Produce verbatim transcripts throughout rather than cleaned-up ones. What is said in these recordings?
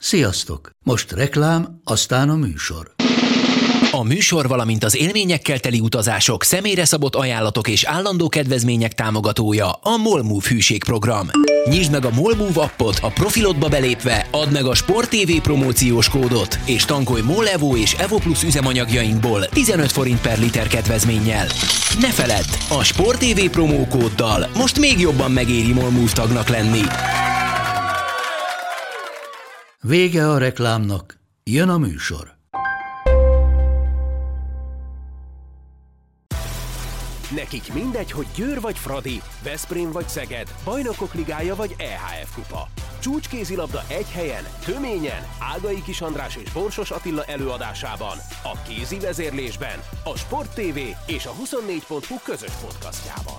Sziasztok! Most reklám, aztán a műsor. A műsor, valamint az élményekkel teli utazások, személyre szabott ajánlatok és állandó kedvezmények támogatója a MOLMOVE hűségprogram. Nyisd meg a MOLMOVE appot, a profilodba belépve add meg a Sport té vé promóciós kódot, és tankolj MOL Evo és Evo Plus üzemanyagjainkból tizenöt forint per liter kedvezménnyel. Ne feledd, a Sport té vé promókóddal most még jobban megéri MOLMOVE tagnak lenni. Vége a reklámnak, jön a műsor. Nekik mindegy, hogy Győr vagy Fradi, Veszprém vagy Szeged, Bajnokok Ligája vagy é há ef Kupa. Csúcskézilabda egy helyen, töményen, Ágai Kis András és Borsos Attila előadásában, a kézi vezérlésben, a Sport té vé és a huszonnégy pont hu közös podcastjában.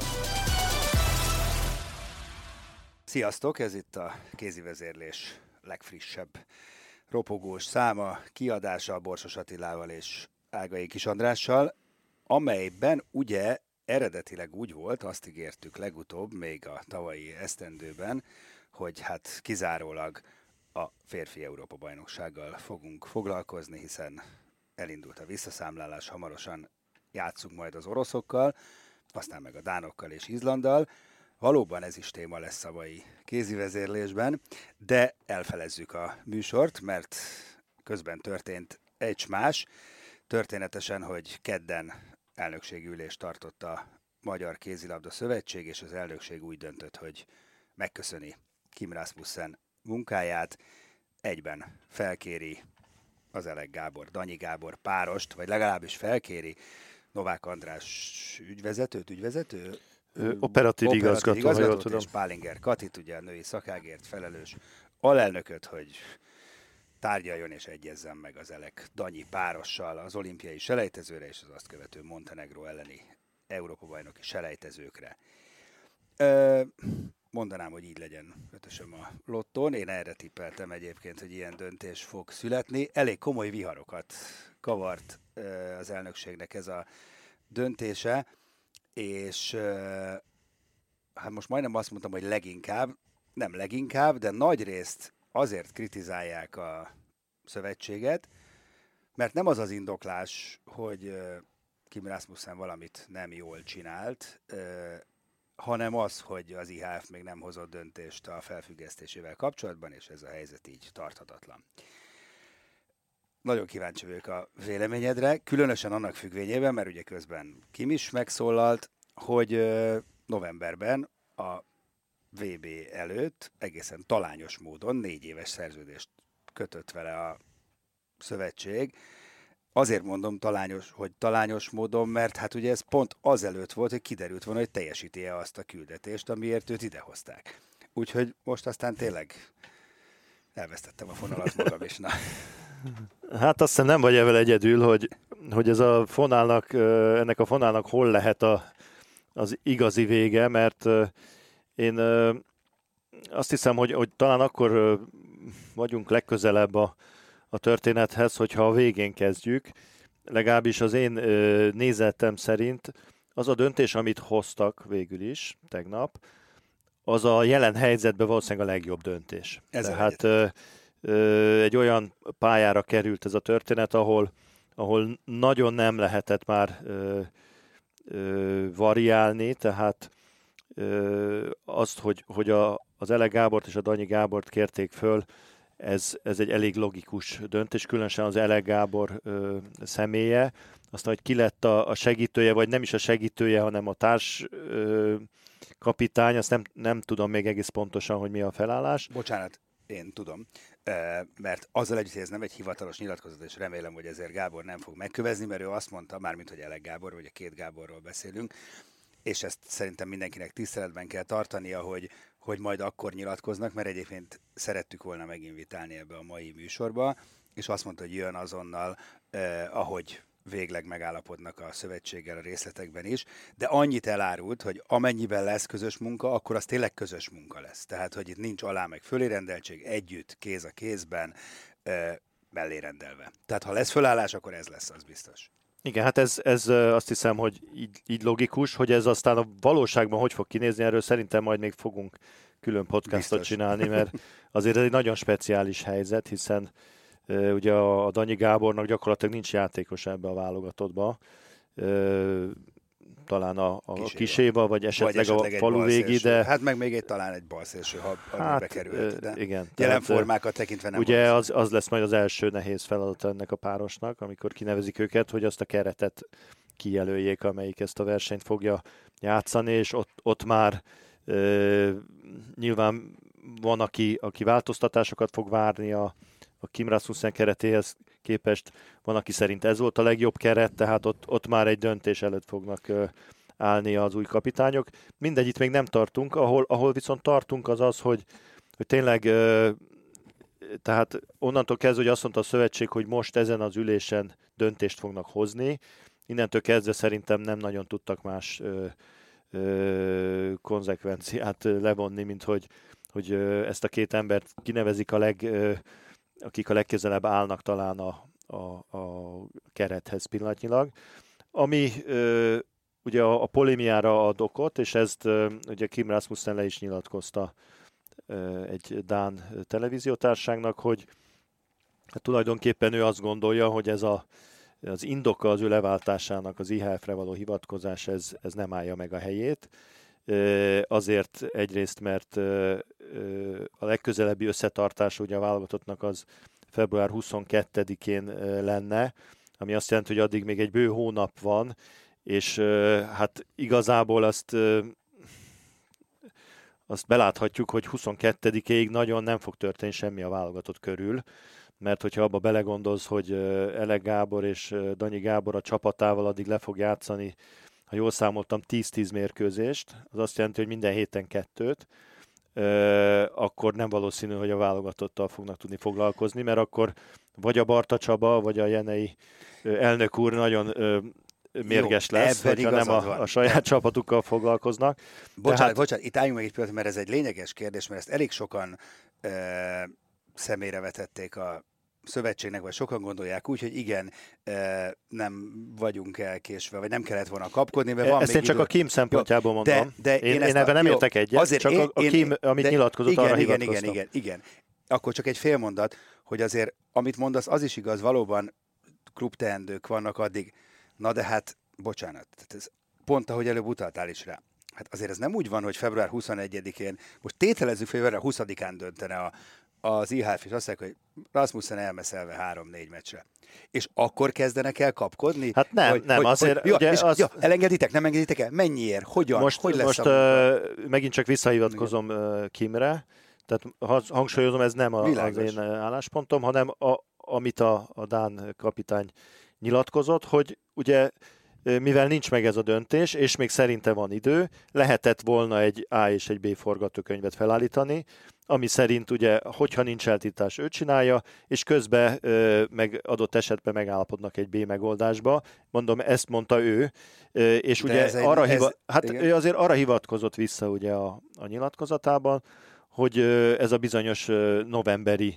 Sziasztok, ez itt a kézi vezérlés legfrissebb ropogós száma, kiadása Borsos Attilával és Ágai Kis Andrással, amelyben ugye eredetileg úgy volt, azt ígértük legutóbb, még a tavalyi esztendőben, hogy hát kizárólag a férfi Európa-bajnoksággal fogunk foglalkozni, hiszen elindult a visszaszámlálás, hamarosan játszunk majd az oroszokkal, aztán meg a dánokkal és Izlanddal. Valóban ez is téma lesz a mai kézivezérlésben, de elfelezzük a műsort, mert közben történt egy más. Történetesen, hogy kedden elnökségülést tartott a Magyar Kézilabda Szövetség, és az elnökség úgy döntött, hogy megköszöni Kim Rasmussen munkáját, egyben felkéri az Elek Gábor, Danyi Gábor párost, vagy legalábbis felkéri Novák András ügyvezetőt, ügyvezető? Ö, operatív igazgató, igazgatót és Pálinger Katit, ugye a női szakágért felelős alelnököt, hogy tárgyaljon és egyezzen meg az Elek Danyi párossal az olimpiai selejtezőre és az azt követő Montenegró elleni Európa-bajnoki selejtezőkre. Ö, mondanám, hogy így legyen ötösöm a lottón. Én erre tippeltem egyébként, hogy ilyen döntés fog születni. Elég komoly viharokat kavart ö, az elnökségnek ez a döntése, és ö, hát most majdnem azt mondtam, hogy leginkább, nem leginkább, de nagyrészt azért kritizálják a szövetséget, mert nem az az indoklás, hogy Kim Rasmussen valamit nem jól csinált, hanem az, hogy az i há ef még nem hozott döntést a felfüggesztésével kapcsolatban, és ez a helyzet így tarthatatlan. Nagyon kíváncsi vagyok a véleményedre, különösen annak függvényében, mert ugye közben Kim is megszólalt, hogy novemberben a vé bé előtt egészen talányos módon négy éves szerződést kötött vele a szövetség. Azért mondom talányos, hogy talányos módon, mert hát ugye ez pont azelőtt volt, hogy kiderült volna, hogy teljesíti-e azt a küldetést, amiért őt idehozták. Úgyhogy most aztán tényleg elvesztettem a fonalat magam is. Na. Hát azt hiszem nem vagy evel egyedül, hogy, hogy ez a fonálnak, ennek a fonálnak hol lehet a, az igazi vége, mert én azt hiszem, hogy, hogy talán akkor vagyunk legközelebb a, a történethez, hogyha a végén kezdjük. Legalábbis az én nézetem szerint az a döntés, amit hoztak végül is tegnap, az a jelen helyzetben valószínűleg a legjobb döntés. Ez Tehát ö, ö, egy olyan pályára került ez a történet, ahol, ahol nagyon nem lehetett már ö, ö, variálni, tehát ö, azt, hogy, hogy a, az Elek Gábort és a Danyi Gábort kérték föl, ez, ez egy elég logikus döntés, különösen az Elek Gábor ö, személye. Aztán, hogy ki lett a, a segítője, vagy nem is a segítője, hanem a társ ö, kapitány, azt nem, nem tudom még egész pontosan, hogy mi a felállás. Bocsánat, én tudom, mert azzal együtt, hogy ez nem egy hivatalos nyilatkozat, és remélem, hogy ezért Gábor nem fog megkövezni, mert ő azt mondta, mármint, hogy Elek Gábor, vagy a két Gáborról beszélünk, és ezt szerintem mindenkinek tiszteletben kell tartania, hogy, hogy majd akkor nyilatkoznak, mert egyébként szerettük volna meginvitálni ebbe a mai műsorba, és azt mondta, hogy jön azonnal, eh, ahogy végleg megállapodnak a szövetséggel a részletekben is, de annyit elárult, hogy amennyiben lesz közös munka, akkor az tényleg közös munka lesz. Tehát, hogy itt nincs alá meg fölérendeltség, együtt, kéz a kézben, eh, mellérendelve. Tehát, ha lesz fölállás, akkor ez lesz, az biztos. Igen, hát ez, ez azt hiszem, hogy így, így logikus, hogy ez aztán a valóságban hogy fog kinézni, erről szerintem majd még fogunk külön podcastot Biztos. csinálni, mert azért ez egy nagyon speciális helyzet, hiszen uh, ugye a, a Danyi Gábornak gyakorlatilag nincs játékos ebbe a válogatottba. Uh, talán a, a Kiséva. Kiséva, vagy esetleg, vagy esetleg a falu végi, de... Hát meg még egy, talán egy balszélső, ha, ha hát, bekerült, de igen, jelen formákat tekintve nem. Ugye az, az lesz majd az első nehéz feladat ennek a párosnak, amikor kinevezik őket, hogy azt a keretet kijelöljék, amelyik ezt a versenyt fogja játszani, és ott, ott már e, nyilván van, aki, aki változtatásokat fog várni a, a Kim Rasmussen keretéhez képest, van, aki szerint ez volt a legjobb keret, tehát ott, ott már egy döntés előtt fognak e, állni az új kapitányok. Mindegy, itt még nem tartunk, ahol, ahol viszont tartunk az az, hogy, hogy tényleg e, tehát onnantól kezdve, hogy azt mondta a szövetség, hogy most ezen az ülésen döntést fognak hozni, innentől kezdve szerintem nem nagyon tudtak más ö, ö, konzekvenciát levonni, mint hogy, hogy ö, ezt a két embert kinevezik, a leg, ö, akik a legközelebb állnak talán a, a, a kerethez pillanatnyilag. Ami ö, ugye a, a polémiára ad okot, és ezt ö, ugye Kim Rasmussen le is nyilatkozta ö, egy dán televíziótárságnak, hogy hát tulajdonképpen ő azt gondolja, hogy ez a az indoka az ő leváltásának, az i há ef-re való hivatkozás, ez, ez nem állja meg a helyét. Azért egyrészt, mert a legközelebbi összetartás ugye a válogatottnak az február huszonkettedikén lenne, ami azt jelenti, hogy addig még egy bő hónap van, és hát igazából azt, azt beláthatjuk, hogy huszonkettedikéig nagyon nem fog történni semmi a válogatott körül, mert hogyha abba belegondolsz, hogy Elek Gábor és Danyi Gábor a csapatával addig le fog játszani, ha jól számoltam, tíz-tíz mérkőzést, az azt jelenti, hogy minden héten kettőt, akkor nem valószínű, hogy a válogatottal fognak tudni foglalkozni, mert akkor vagy a Barta Csaba, vagy a Jenei elnök úr nagyon mérges Jó, lesz, hogyha nem a, a saját de... csapatukkal foglalkoznak. Bocsánat, Tehát... bocsánat, itt álljunk meg egy pillanat, mert ez egy lényeges kérdés, mert ezt elég sokan uh, személyre vetették a szövetségnek, vagy sokan gondolják úgy, hogy igen, nem vagyunk elkésve, vagy nem kellett volna kapkodni, mert van Ezt még én csak idő. a Kim szempontjából mondom. De, de én, én, én ebben nem értek egyet, azért csak én, a, a Kim, én, amit de, nyilatkozott, igen, arra igen, hivatkoztam. Igen, igen, igen. Akkor csak egy fél mondat, hogy azért, amit mondasz, az is igaz, valóban klubteendők vannak addig. Na de hát, bocsánat, tehát ez pont ahogy előbb utaltál is rá. Hát azért ez nem úgy van, hogy február huszonegyedikén, most tételezzük, hogy február huszadikán döntene a az i há ef, és azt mondják, hogy Rasmussen elmeszelve három-négy meccsre. És akkor kezdenek el kapkodni? Hát nem, hogy, nem, hogy, azért... Hogy, ugye ja, az... ja, elengeditek, nem engeditek el? Mennyiért? Hogyan? Most, hogy lesz most uh, megint csak visszahivatkozom uh, Kimre, tehát hangsúlyozom, ez nem a, az én álláspontom, hanem a, amit a, a dán kapitány nyilatkozott, hogy ugye mivel nincs meg ez a döntés, és még szerintem van idő, lehetett volna egy A és egy B forgatókönyvet felállítani, ami szerint ugye, hogyha nincs eltiltás, ő csinálja, és közben meg adott esetben megállapodnak egy B megoldásba. Mondom, ezt mondta ő, és de ugye arra, egy, hiva- ez, hát ő azért arra hivatkozott vissza ugye a, a nyilatkozatában, hogy ez a bizonyos novemberi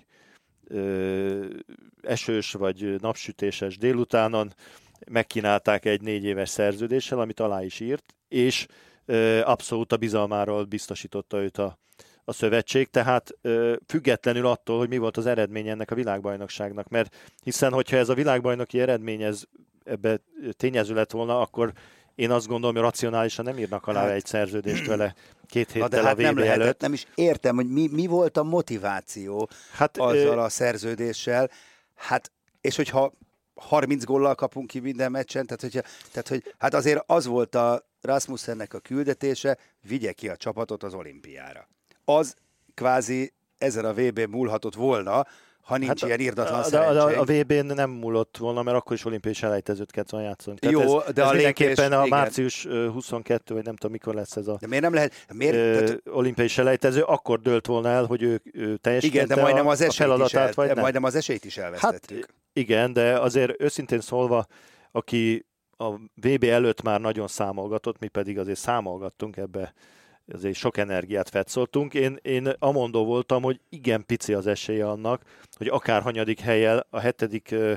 esős vagy napsütéses délutánon megkínálták egy négy éves szerződéssel, amit alá is írt, és abszolút a bizalmáról biztosította őt a a szövetség, tehát ö, függetlenül attól, hogy mi volt az eredmény ennek a világbajnokságnak, mert hiszen, hogyha ez a világbajnoki eredmény ez, ebbe tényező lett volna, akkor én azt gondolom, hogy racionálisan nem írnak alá hát, egy szerződést vele két héttel de hát a vé bé nem előtt. Lehetett, nem is értem, hogy mi, mi volt a motiváció hát, azzal ö... a szerződéssel, hát, és hogyha harminc góllal kapunk ki minden meccsen, tehát, hogyha, tehát hogy, hát azért az volt a Rasmussennek a küldetése, vigye ki a csapatot az olimpiára. Az kvázi ezen a vé bén múlhatott volna, ha nincs hát ilyen irdatlan szerencség. De a vé bén nem múlott volna, mert akkor is olimpiai selejtezőt kellett volna játszani. Tehát Jó, ez, de ez a mindenképpen a igen. március huszonkettő, vagy nem tudom mikor lesz ez a de miért nem lehet, miért, ö, tehát, olimpiai selejtező, akkor dőlt volna el, hogy ő, ő teljesítette igen, de majdnem az a, a feladatát, el, vagy nem. Majdnem az esélyt is elvesztettük. Hát igen, de azért őszintén szólva, aki a vé bé előtt már nagyon számolgatott, mi pedig azért számolgattunk ebbe, azért sok energiát fetszoltunk. Én, én amondó voltam, hogy igen pici az esélye annak, hogy akár hanyadik helyen, a hetedik ö,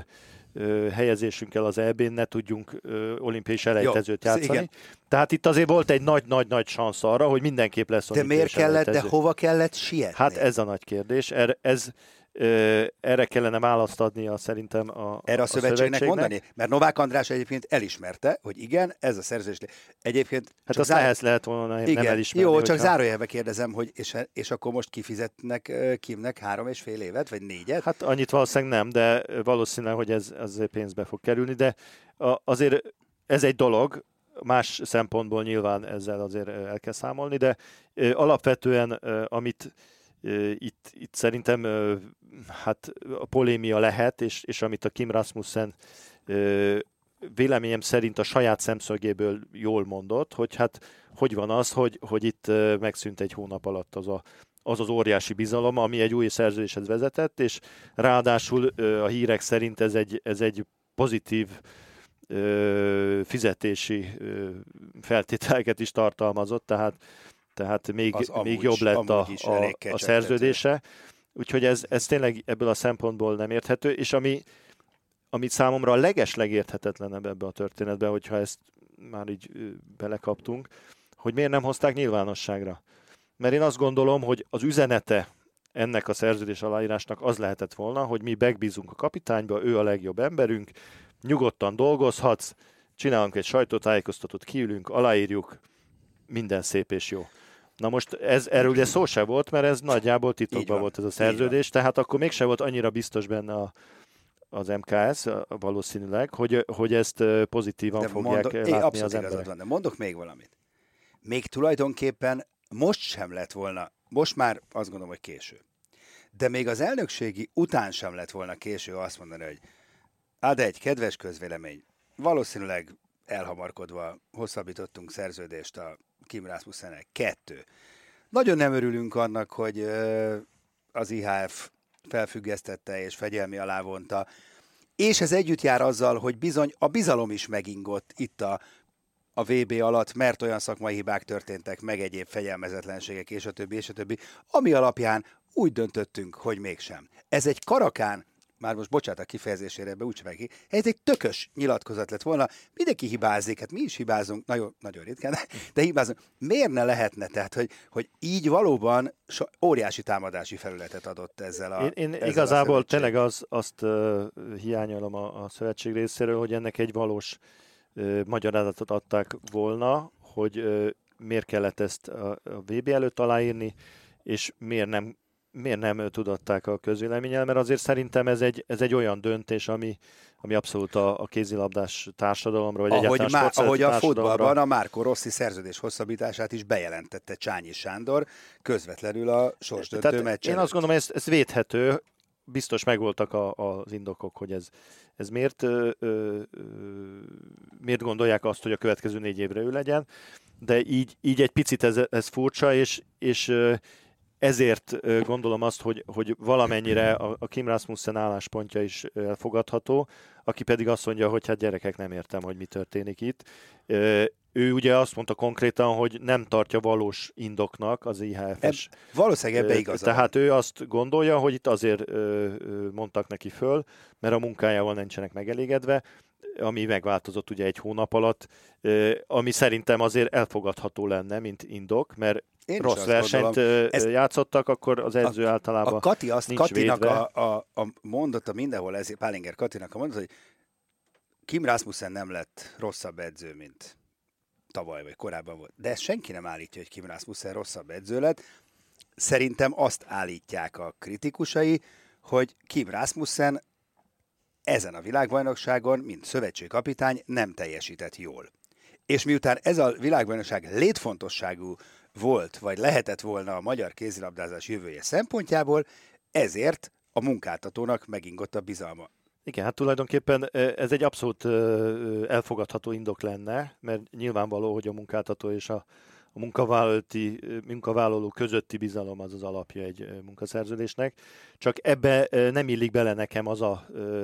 helyezésünkkel az é bén ne tudjunk ö, olimpiai selejtezőt Jó, játszani. igen. Tehát itt azért volt egy nagy-nagy-nagy szansz arra, hogy mindenképp lesz De olimpiai miért kellett, selejtező. de hova kellett sietni? Hát ez a nagy kérdés. Er, ez, ö, erre kellene választ adnia szerintem a, Erre a, a szövetségnek, szövetségnek mondani? Mert Novák András egyébként elismerte, hogy igen, ez a szerződés. Egyébként Hát csak azt zár... lehet, lehet volna nem igen. elismerni. Jó, hogyha... csak zárójelbe kérdezem, hogy és, és akkor most kifizetnek uh, Kimnek három és fél évet, vagy négyet? Hát annyit valószínűleg nem, de valószínűleg, hogy ez, ez pénzbe fog kerülni, de a, azért ez egy dolog, más szempontból nyilván ezzel azért el kell számolni, de ö, alapvetően ö, amit ö, itt, itt szerintem ö, hát a polémia lehet, és, és amit a Kim Rasmussen ö, véleményem szerint a saját szemszögéből jól mondott, hogy hát hogy van az, hogy, hogy itt ö, megszűnt egy hónap alatt az a az az óriási bizalom, ami egy új szerződéshez vezetett, és ráadásul ö, a hírek szerint ez egy, ez egy pozitív ö, fizetési ö, feltételeket is tartalmazott, tehát, tehát még, még jobb lett a, a, a szerződése. Úgyhogy ez, ez tényleg ebből a szempontból nem érthető, és ami, ami számomra a legeslegérthetetlenebb ebbe a történetbe, hogyha ezt már így ö, belekaptunk, hogy miért nem hozták nyilvánosságra. Mert én azt gondolom, hogy az üzenete ennek a szerződés aláírásnak az lehetett volna, hogy mi megbízunk a kapitányba, ő a legjobb emberünk, nyugodtan dolgozhatsz, csinálunk egy sajtótájékoztatót, kiülünk, aláírjuk, minden szép és jó. Na most ez, erről ugye szó se volt, mert ez nagyjából titokban volt ez a szerződés, tehát akkor mégse volt annyira biztos benne a, az em ká es valószínűleg, hogy, hogy ezt pozitívan de fogják mondok, látni é, az emberek. Van, de mondok még valamit. Még tulajdonképpen most sem lett volna, most már azt gondolom, hogy késő. De még az elnökségi után sem lett volna késő azt mondani, hogy ad egy kedves közvélemény, valószínűleg elhamarkodva hosszabbítottunk szerződést a Kim Rasmussennek. Kettő. Nagyon nem örülünk annak, hogy az i há ef felfüggesztette és fegyelmi alá vonta, és ez együtt jár azzal, hogy bizony a bizalom is megingott itt a a vé bé alatt, mert olyan szakmai hibák történtek, meg egyéb fegyelmezetlenségek, és a többi, és a többi, ami alapján úgy döntöttünk, hogy mégsem. Ez egy karakán, már most bocsánat a kifejezésére, ebbe úgy ki, ez egy tökös nyilatkozat lett volna, mindenki hibázik, hát mi is hibázunk, nagyon, nagyon ritkán, de hibázunk. Miért ne lehetne, tehát, hogy, hogy így valóban so, óriási támadási felületet adott ezzel a Én, én ezzel igazából a tényleg az, azt uh, hiányolom a, a szövetség részéről, hogy ennek egy valós uh, magyarázatot adták volna, hogy uh, miért kellett ezt a, a vé bé előtt aláírni, és miért nem miért nem tudatták a közvéleménnyel, mert azért szerintem ez egy, ez egy olyan döntés, ami, ami abszolút a, a kézilabdás társadalomra, vagy ahogy egyáltalán má, ahogy a társadalomra. futballban a Márko Rossi szerződés hosszabbítását is bejelentette Csányi Sándor közvetlenül a sorsdöntő meccsen. Én azt gondolom, hogy ez, ez védhető, biztos megvoltak a, az indokok, hogy ez, ez miért, ö, ö, miért gondolják azt, hogy a következő négy évre ő legyen, de így, így egy picit ez, ez furcsa, és, és ezért gondolom azt, hogy, hogy valamennyire a, a Kim Rasmussen álláspontja is elfogadható, aki pedig azt mondja, hogy hát gyerekek, nem értem, hogy mi történik itt. Ő ugye azt mondta konkrétan, hogy nem tartja valós indoknak az i há ef-es. Eb, valószínűleg ebbe igaza Tehát van. ő azt gondolja, hogy itt azért mondtak neki föl, mert a munkájával nincsenek megelégedve, ami megváltozott ugye egy hónap alatt, ami szerintem azért elfogadható lenne, mint indok, mert Én rossz versenyt gondolom. játszottak, akkor az edző a, általában A Kati azt, nincs Katinak védve. a, a, a mondata mindenhol, ez Pálinger Katinak a mondata, hogy Kim Rasmussen nem lett rosszabb edző, mint tavaly vagy korábban volt. De ezt senki nem állítja, hogy Kim Rasmussen rosszabb edző lett. Szerintem azt állítják a kritikusai, hogy Kim Rasmussen ezen a világbajnokságon, mint szövetségkapitány nem teljesített jól. És miután ez a világbajnokság létfontosságú volt, vagy lehetett volna a magyar kézilabdázás jövője szempontjából, ezért a munkáltatónak megingott a bizalma. Igen, hát tulajdonképpen ez egy abszolút elfogadható indok lenne, mert nyilvánvaló, hogy a munkáltató és a, a munkavállalóti, munkavállaló közötti bizalom az az alapja egy munkaszerződésnek. Csak ebbe nem illik bele nekem az a,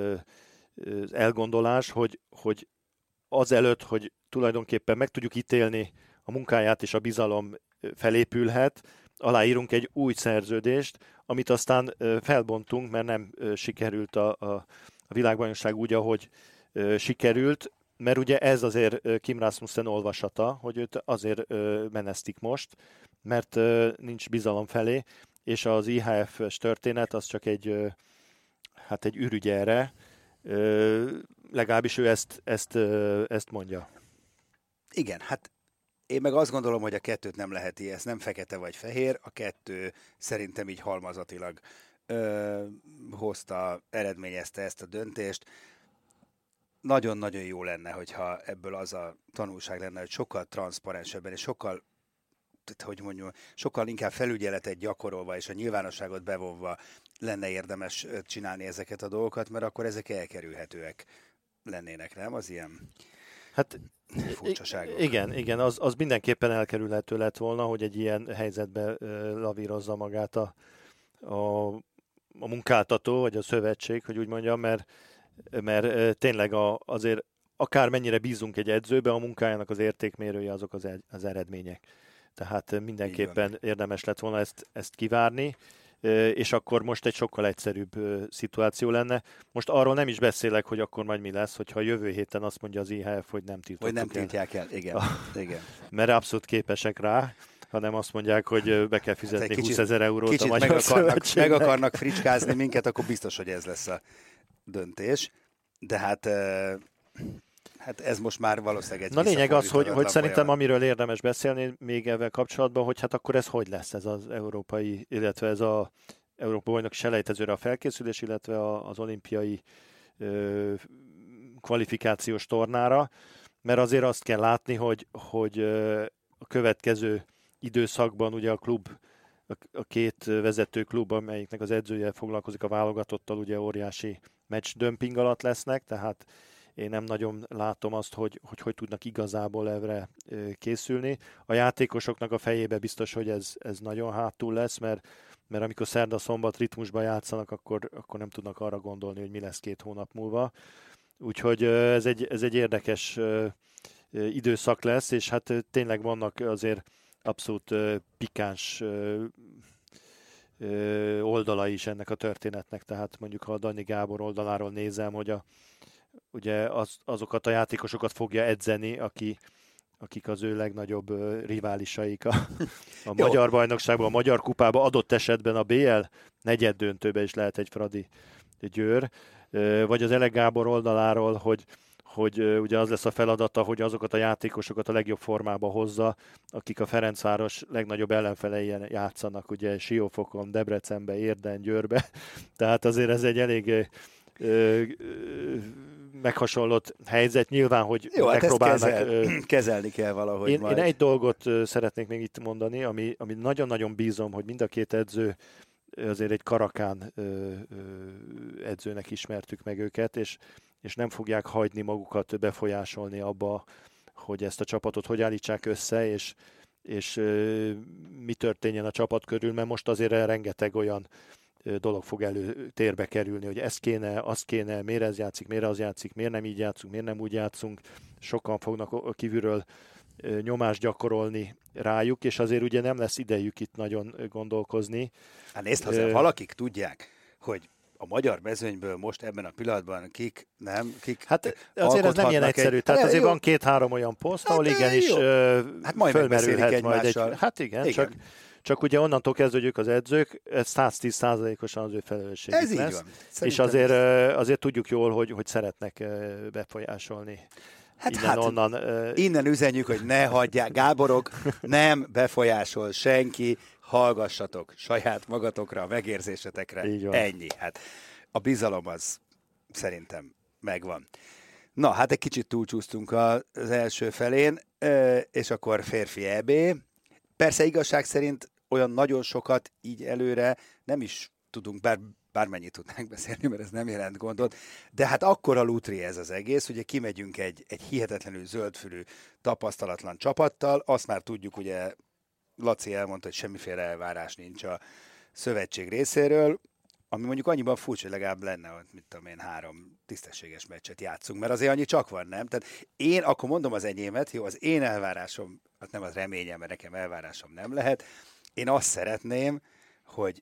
az elgondolás, hogy, hogy azelőtt, hogy tulajdonképpen meg tudjuk ítélni a munkáját és a bizalom felépülhet, aláírunk egy új szerződést, amit aztán felbontunk, mert nem sikerült a, a, a világbajnokság úgy, ahogy ö, sikerült, mert ugye ez azért Kim Rasmussen olvasata, hogy őt azért ö, menesztik most, mert ö, nincs bizalom felé, és az I H F-es történet az csak egy, ö, hát egy ürügy erre, ö, legalábbis ő ezt, ezt, ö, ezt mondja. Igen, hát én meg azt gondolom, hogy a kettőt nem lehet ilyen, ez nem fekete vagy fehér, a kettő szerintem így halmazatilag ö, hozta, eredményezte ezt a döntést. Nagyon-nagyon jó lenne, hogyha ebből az a tanulság lenne, hogy sokkal transzparensebben és sokkal, hogy mondjam, sokkal inkább felügyeletet gyakorolva és a nyilvánosságot bevonva lenne érdemes csinálni ezeket a dolgokat, mert akkor ezek elkerülhetőek lennének, nem? Az ilyen hát, furcsaságok. Igen, igen, az, az mindenképpen elkerülhető lett volna, hogy egy ilyen helyzetbe lavírozza magát a, a, a munkáltató, vagy a szövetség, hogy úgy mondjam, mert, mert tényleg a, azért akármennyire bízunk egy edzőbe, a munkájának az értékmérője azok az, az eredmények. Tehát mindenképpen érdemes lett volna ezt, ezt kivárni, és akkor most egy sokkal egyszerűbb szituáció lenne. Most arról nem is beszélek, hogy akkor majd mi lesz, hogyha jövő héten azt mondja az I H F, hogy nem tiltottuk el. Hogy nem tiltják el, igen. igen. Mert abszolút képesek rá, hanem azt mondják, hogy be kell fizetni hát húszezer eurót kicsit a Magyar meg akarnak, Szövetségnek. meg akarnak fricskázni minket, akkor biztos, hogy ez lesz a döntés. De hát... Hát ez most már valószínűleg egy Na lényeg az, hogy, hogy szerintem folyamat. amiről érdemes beszélni még ezzel kapcsolatban, hogy hát akkor ez hogy lesz, ez az európai, illetve ez az Európa bajnok selejtezőre a felkészülés, illetve a, az olimpiai ö, kvalifikációs tornára, mert azért azt kell látni, hogy, hogy ö, a következő időszakban ugye a klub, a, a két vezető klub, amelyiknek az edzője foglalkozik a válogatottal, ugye óriási meccs dömping alatt lesznek, tehát én nem nagyon látom azt, hogy, hogy hogy tudnak igazából erre készülni. A játékosoknak a fejébe biztos, hogy ez, ez nagyon hátul lesz, mert, mert amikor szerda-szombat ritmusban játszanak, akkor, akkor nem tudnak arra gondolni, hogy mi lesz két hónap múlva. Úgyhogy ez egy, ez egy érdekes időszak lesz, és hát tényleg vannak azért abszolút pikáns oldalai is ennek a történetnek. Tehát mondjuk, ha a Dani Gábor oldaláról nézem, hogy a ugye az, azokat a játékosokat fogja edzeni, aki, akik az ő legnagyobb uh, riválisaik a, a magyar bajnokságban, a magyar kupában, adott esetben a bé el negyed döntőbe is lehet egy Fradi Győr, uh, vagy az Elek Gábor oldaláról, hogy, hogy uh, ugye az lesz a feladata, hogy azokat a játékosokat a legjobb formába hozza, akik a Ferencváros legnagyobb ellenfeleien játszanak, ugye Siófokon, Debrecenbe, Érden, Győrbe, tehát azért ez egy elég ö, ö, meghasonlott helyzet. Nyilván, hogy jó, megpróbálnak... Hát kezel, kezelni kell valahogy én, majd. Én egy dolgot szeretnék még itt mondani, ami, ami nagyon-nagyon bízom, hogy mind a két edző azért egy karakán ö, ö, edzőnek ismertük meg őket, és, és nem fogják hagyni magukat befolyásolni abba, hogy ezt a csapatot hogy állítsák össze, és, és ö, mi történjen a csapat körül, mert most azért rengeteg olyan dolog fog előtérbe kerülni, hogy ez kéne, az kéne, miért ez játszik, miért az játszik, miért nem így játszunk, miért nem úgy játszunk. Sokan fognak kívülről nyomást gyakorolni rájuk, és azért ugye nem lesz idejük itt nagyon gondolkozni. Hát nézd, ha azért valakik tudják, hogy a magyar mezőnyből most ebben a pillanatban kik, nem, kik Hát azért ez nem ilyen egyszerű. Egy... Tehát azért jó. Van két-három olyan poszt, hát ahol igenis hát majd fölmerülhet majd egy... Hát igen, igen. csak... Csak ugye onnantól kezdve, hogy ők az edzők, ez száz tíz százalékosan az ő felelősségük ez lesz. Így van. És azért, azért tudjuk jól, hogy, hogy szeretnek befolyásolni. Hát, innen, hát onnan, innen üzenjük, hogy ne hagyják. Gáborok, nem befolyásol senki, hallgassatok saját magatokra, a megérzésetekre. Ennyi. Hát a bizalom az szerintem megvan. Na, hát egy kicsit túlcsúsztunk az első felén, és akkor férfi é bé. Persze igazság szerint olyan nagyon sokat így előre nem is tudunk, bár bármennyit tudnánk beszélni, mert ez nem jelent gondot, de hát akkora lutri ez az egész, ugye kimegyünk egy, egy hihetetlenül zöldfülű, tapasztalatlan csapattal, azt már tudjuk, ugye Laci elmondta, hogy semmiféle elvárás nincs a szövetség részéről, ami mondjuk annyiban furcsa, hogy legalább lenne, hogy mit tudom én, három tisztességes meccset játszunk, mert azért annyi csak van, nem? Tehát én, akkor mondom az enyémet, jó, az én elvárásom, hát nem az reményem, mert nekem elvárásom nem lehet, én azt szeretném, hogy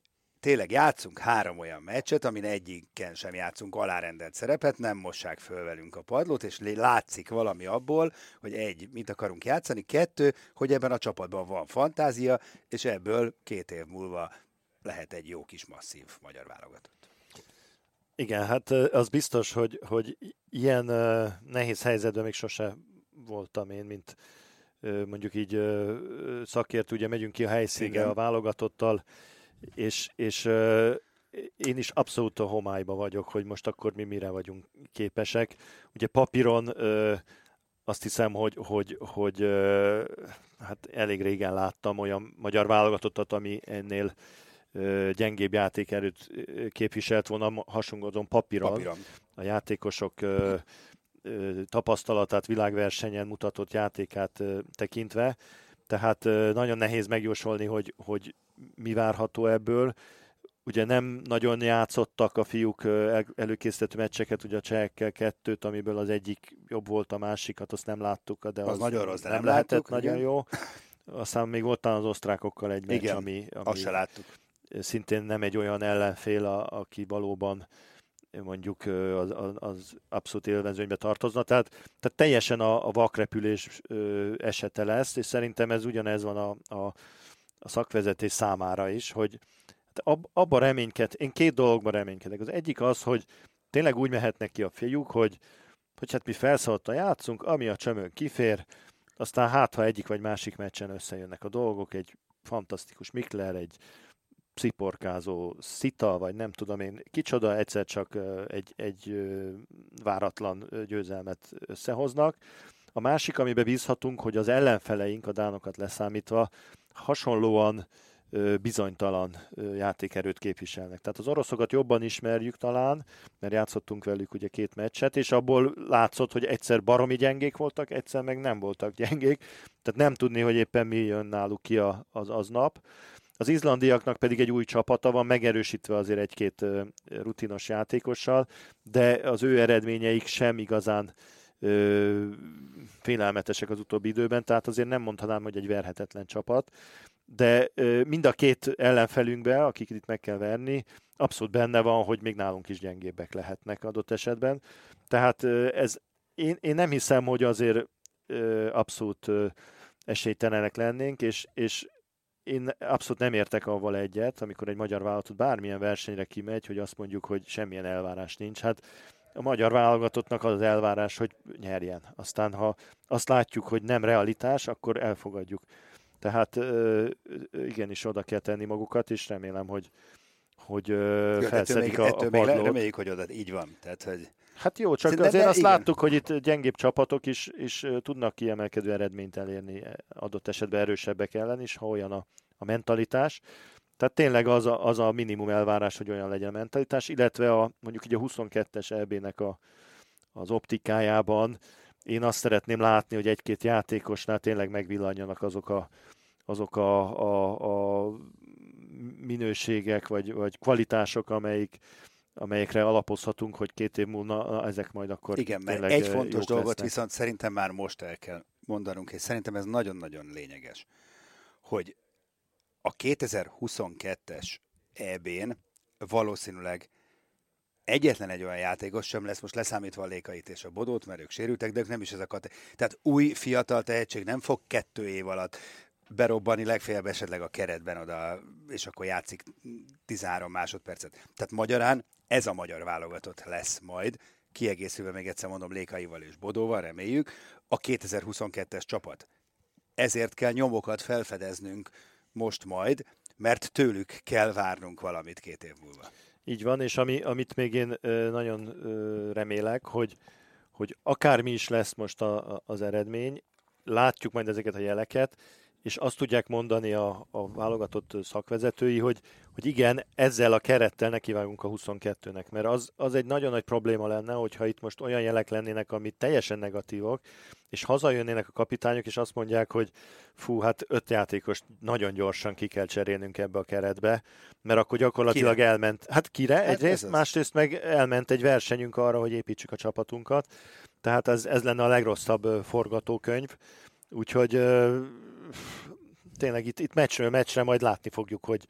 tényleg játszunk három olyan meccset, amin egyiken sem játszunk alárendelt szerepet, nem mossák föl velünk a padlót, és látszik valami abból, hogy egy, mit akarunk játszani, kettő, hogy ebben a csapatban van fantázia, és ebből két év múlva lehet egy jó kis masszív magyar válogatott. Igen, hát az biztos, hogy, hogy ilyen uh, nehéz helyzetben még sose voltam én, mint uh, mondjuk így uh, szakértő, ugye megyünk ki a helyszínre Igen. a válogatottal, és, és uh, én is abszolút a homályba vagyok, hogy most akkor mi mire vagyunk képesek. Ugye papíron uh, azt hiszem, hogy, hogy, hogy uh, hát elég régen láttam olyan magyar válogatottat, ami ennél gyengébb játékerőt képviselt volna, hasonlóan papíron. papíron. A játékosok ö, ö, tapasztalatát, világversenyen mutatott játékát ö, tekintve. Tehát ö, nagyon nehéz megjósolni, hogy, hogy mi várható ebből. Ugye nem nagyon játszottak a fiúk el, előkészítő meccseket, ugye a csehekkel kettőt, amiből az egyik jobb volt, a másikat, azt nem láttuk, de az, az nagyon rossz, de nem, nem lehetett láttuk, nagyon igen. jó. Aztán még volt az osztrákokkal egy meccs, igen, ami, ami azt se láttuk. Szintén nem egy olyan ellenfél, a, aki valóban mondjuk az, az, az abszolút élvezőnybe tartozna. Tehát, tehát teljesen a, a vakrepülés esete lesz, és szerintem ez ugyanez van a, a, a szakvezetés számára is, hogy ab, abban reményked, én két dologban reménykedek. Az egyik az, hogy tényleg úgy mehetnek ki a fiúk, hogy, hogy hát mi felszólottan játszunk, ami a csömön kifér, aztán hát, ha egyik vagy másik meccsen összejönnek a dolgok, egy fantasztikus Mikler, egy sziporkázó Szita, vagy nem tudom én kicsoda, egyszer csak egy, egy váratlan győzelmet összehoznak. A másik, amiben bízhatunk, hogy az ellenfeleink, a dánokat leszámítva, hasonlóan bizonytalan játékerőt képviselnek. Tehát az oroszokat jobban ismerjük talán, mert játszottunk velük ugye két meccset, és abból látszott, hogy egyszer baromi gyengék voltak, egyszer meg nem voltak gyengék. Tehát nem tudni, hogy éppen mi jön náluk ki az aznap. Az izlandiaknak pedig egy új csapata van, megerősítve azért egy-két rutinos játékossal, de az ő eredményeik sem igazán ö, félelmetesek az utóbbi időben, tehát azért nem mondhatnám, hogy egy verhetetlen csapat, de ö, mind a két ellenfelünkben, akik itt meg kell verni, abszolút benne van, hogy még nálunk is gyengébbek lehetnek adott esetben. Tehát ö, ez, én, én nem hiszem, hogy azért ö, abszolút ö, esélytelenek lennénk, és, és én abszolút nem értek avval egyet, amikor egy magyar válogatott bármilyen versenyre kimegy, hogy azt mondjuk, hogy semmilyen elvárás nincs. Hát a magyar válogatottnak az az elvárás, hogy nyerjen. Aztán, ha azt látjuk, hogy nem realitás, akkor elfogadjuk. Tehát igenis oda kell tenni magukat, és remélem, hogy, hogy ja, felszedik a, a padlót. Reméljük, hogy oda így van. Tehát, hogy... Hát jó, csak Szerintem azért azt igen. láttuk, hogy itt gyengébb csapatok is, is tudnak kiemelkedő eredményt elérni adott esetben erősebbek ellen is, ha olyan a, a mentalitás. Tehát tényleg az a, az a minimum elvárás, hogy olyan legyen a mentalitás, illetve a, mondjuk így a huszonkettes é bé-nek a, az optikájában én azt szeretném látni, hogy egy-két játékosnál tényleg megvillanjanak azok a, azok a, a, a minőségek vagy, vagy kvalitások, amelyik amelyekre alapozhatunk, hogy két év múlva na, ezek majd akkor igen, mert egy fontos dolgot lesznek. Viszont szerintem már most el kell mondanunk, és szerintem ez nagyon-nagyon lényeges, hogy a kétezer-huszonkettes é bén valószínűleg egyetlen egy olyan játékos sem lesz, most leszámítva a Lékait és a Bodót, mert ők sérültek, de ők nem is ezek a... Tehát új fiatal tehetség nem fog kettő év alatt berobbani, legfeljebb esetleg a keretben oda, és akkor játszik tizenhárom másodpercet. Tehát magyarán ez a magyar válogatott lesz majd, kiegészülve még egyszer mondom Lékaival és Bodóval, reméljük, a kétezer-huszonkettes csapat. Ezért kell nyomokat felfedeznünk most majd, mert tőlük kell várnunk valamit két év múlva. Így van, és ami, amit még én ö, nagyon ö, remélek, hogy, hogy akármi is lesz most a, a, az eredmény, látjuk majd ezeket a jeleket, és azt tudják mondani a, a válogatott szakvezetői, hogy, hogy igen, ezzel a kerettel nekivágunk a huszonkettőnek, mert az, az egy nagyon nagy probléma lenne, hogyha itt most olyan jelek lennének, ami teljesen negatívok, és hazajönnének a kapitányok, és azt mondják, hogy fú, hát öt játékos nagyon gyorsan ki kell cserélnünk ebbe a keretbe, mert akkor gyakorlatilag kire? elment. Hát kire? Hát egyrészt, másrészt meg elment egy versenyünk arra, hogy építsük a csapatunkat, tehát ez, ez lenne a legrosszabb forgatókönyv, úgyhogy tényleg itt, itt meccsről meccsre majd látni fogjuk, hogy,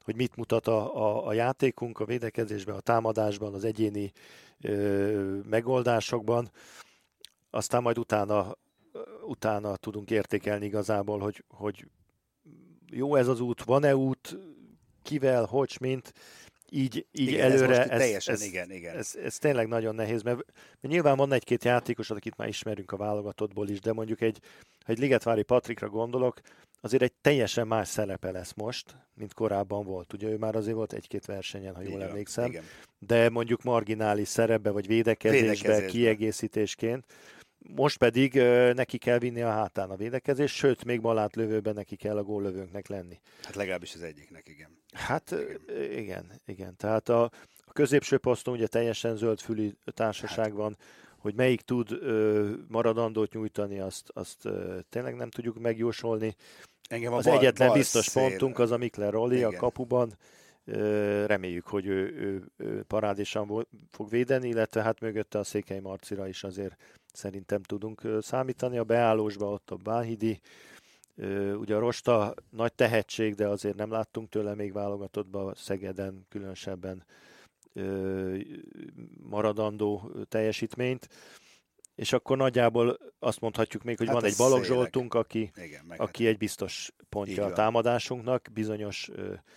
hogy mit mutat a, a, a játékunk, a védekezésben, a támadásban, az egyéni ö, megoldásokban. Aztán majd utána, utána tudunk értékelni igazából, hogy, hogy jó ez az út, van-e út, kivel, hogy, mint, így, így igen, előre. Ez, ez, teljesen, ez, igen, igen. Ez, ez, ez tényleg nagyon nehéz, mert, mert nyilván van egy-két játékos, akit már ismerünk a válogatottból is, de mondjuk egy, egy Ligetvári Patrikra gondolok, azért egy teljesen más szerepe lesz most, mint korábban volt. Ugye ő már azért volt egy-két versenyen, ha jól igen, emlékszem, igen. De mondjuk marginális szerepbe, vagy védekezésbe, védekezésbe, kiegészítésként. Most pedig uh, neki kell vinni a hátán a védekezés, sőt, még balát lövőben neki kell a góllövőnknek lenni. Hát legalábbis az egyiknek, igen. Hát igen, igen. igen. Tehát a, a középső poszton ugye teljesen zöldfülű társaság hát. van, hogy melyik tud uh, maradandót nyújtani, azt, azt uh, tényleg nem tudjuk megjósolni. Engem az bal, egyetlen bal biztos szél. pontunk az a Mikler Roli a kapuban. Reméljük, hogy ő, ő, ő parádésan fog védeni, illetve hát mögötte a Székely Marcira is azért szerintem tudunk számítani. A beállósban ott a Bánhidi, ugye a Rosta nagy tehetség, de azért nem láttunk tőle még válogatottban, Szegeden különösebben maradandó teljesítményt. És akkor nagyjából azt mondhatjuk még, hogy hát van egy Balogh Zsoltunk, aki, igen, aki egy biztos pontja a támadásunknak, bizonyos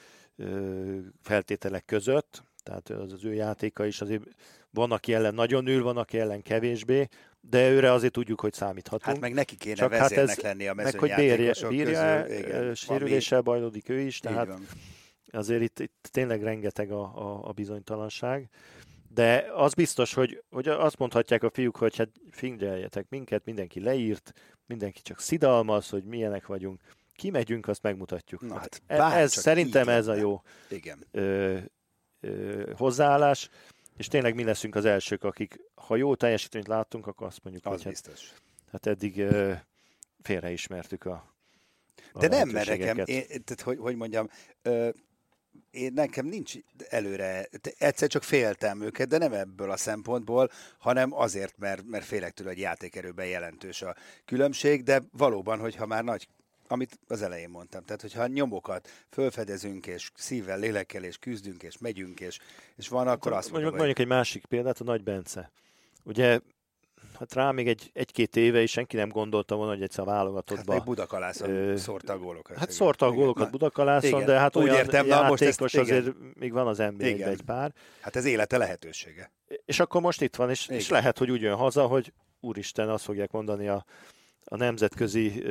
feltételek között, tehát az, az ő játéka is azért van, aki ellen nagyon ül, van, aki ellen kevésbé, de őre azért tudjuk, hogy számíthatunk. Hát meg neki kéne vezérnek hát ez, lenni a mezőnyjátékosok közül. Meg hogy bírja, sérüléssel bajlódik ő is, tehát azért itt, itt tényleg rengeteg a, a, a bizonytalanság. De az biztos, hogy, hogy azt mondhatják a fiúk, hogy hát figyeljetek minket, mindenki leírt, mindenki csak szidalmaz, hogy milyenek vagyunk. Kimegyünk, azt megmutatjuk. Na, hát, hát ez, szerintem ez a jó igen. Ö, ö, hozzáállás, és tényleg mi leszünk az elsők, akik, ha jó teljesítményt láttunk, akkor azt mondjuk, az hogy biztos. Hát, hát eddig ö, félreismertük a, a De nem, mert nekem, én, tehát, hogy, hogy mondjam, ö, én nekem nincs előre, egyszer csak féltem őket, de nem ebből a szempontból, hanem azért, mert, mert félek tőle, hogy játékerőben jelentős a különbség, de valóban, hogyha már nagy, amit az elején mondtam, tehát hogyha nyomokat fölfedezünk, és szívvel, lélekkel, és küzdünk, és megyünk, és, és van, akkor azt mondjuk, mondjuk hogy... egy másik példát, a Nagy Bence. Ugye, hát rá még egy, egy-két éve is senki nem gondolta volna, hogy egyszer válogatottba... Hát meg Budakalászon ö... szórta a gólokat. Hát szórta a gólokat Budakalászon, igen. De hát úgy olyan értem, játékos most ezt, azért igen. Még van az en bé egyben egy pár. Hát ez élete lehetősége. És akkor most itt van, és, és lehet, hogy úgy jön haza, hogy úristen, azt fogják mondani a, a nemzetközi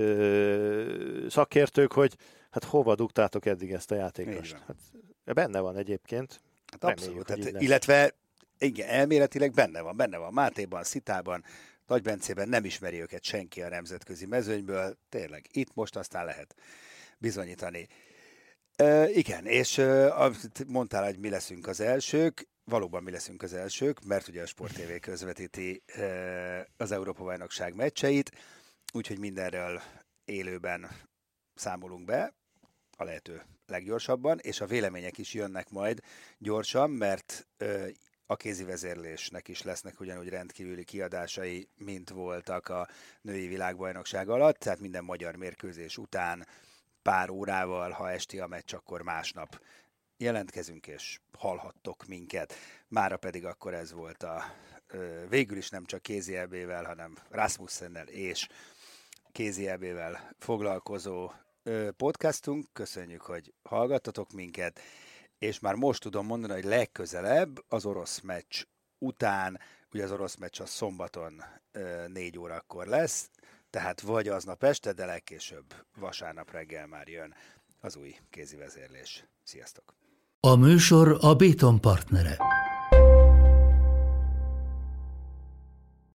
ö, szakértők, hogy hát hova dugtátok eddig ezt a játékost. Hát, benne van egyébként. Hát abszolút. Tehát, illetve igen, elméletileg benne van, benne van. Mátéban, Szitában, Nagy Bencében nem ismeri őket senki a nemzetközi mezőnyből. Tényleg, itt most aztán lehet bizonyítani. E, igen, és e, mondtál, hogy mi leszünk az elsők. Valóban mi leszünk az elsők, mert ugye a Sport té vé közvetíti e, az Európa-bajnokság meccseit, úgyhogy mindenről élőben számolunk be, a lehető leggyorsabban, és a vélemények is jönnek majd gyorsan, mert e, a kézi vezérlésnek is lesznek ugyanúgy rendkívüli kiadásai, mint voltak a női világbajnokság alatt, tehát minden magyar mérkőzés után pár órával, ha esti a meccs, akkor másnap jelentkezünk, és hallhattok minket. Mára pedig akkor ez volt a végül is nem csak kézi é bével, hanem Rasmussennel és kézi é bével foglalkozó podcastunk. Köszönjük, hogy hallgattatok minket, és már most tudom mondani, hogy legközelebb az orosz meccs után, ugye az orosz meccs a szombaton négy órakor lesz, tehát vagy aznap este, de legkésőbb vasárnap reggel már jön az új kézi vezérlés. Sziasztok! A műsor a Béton partnere.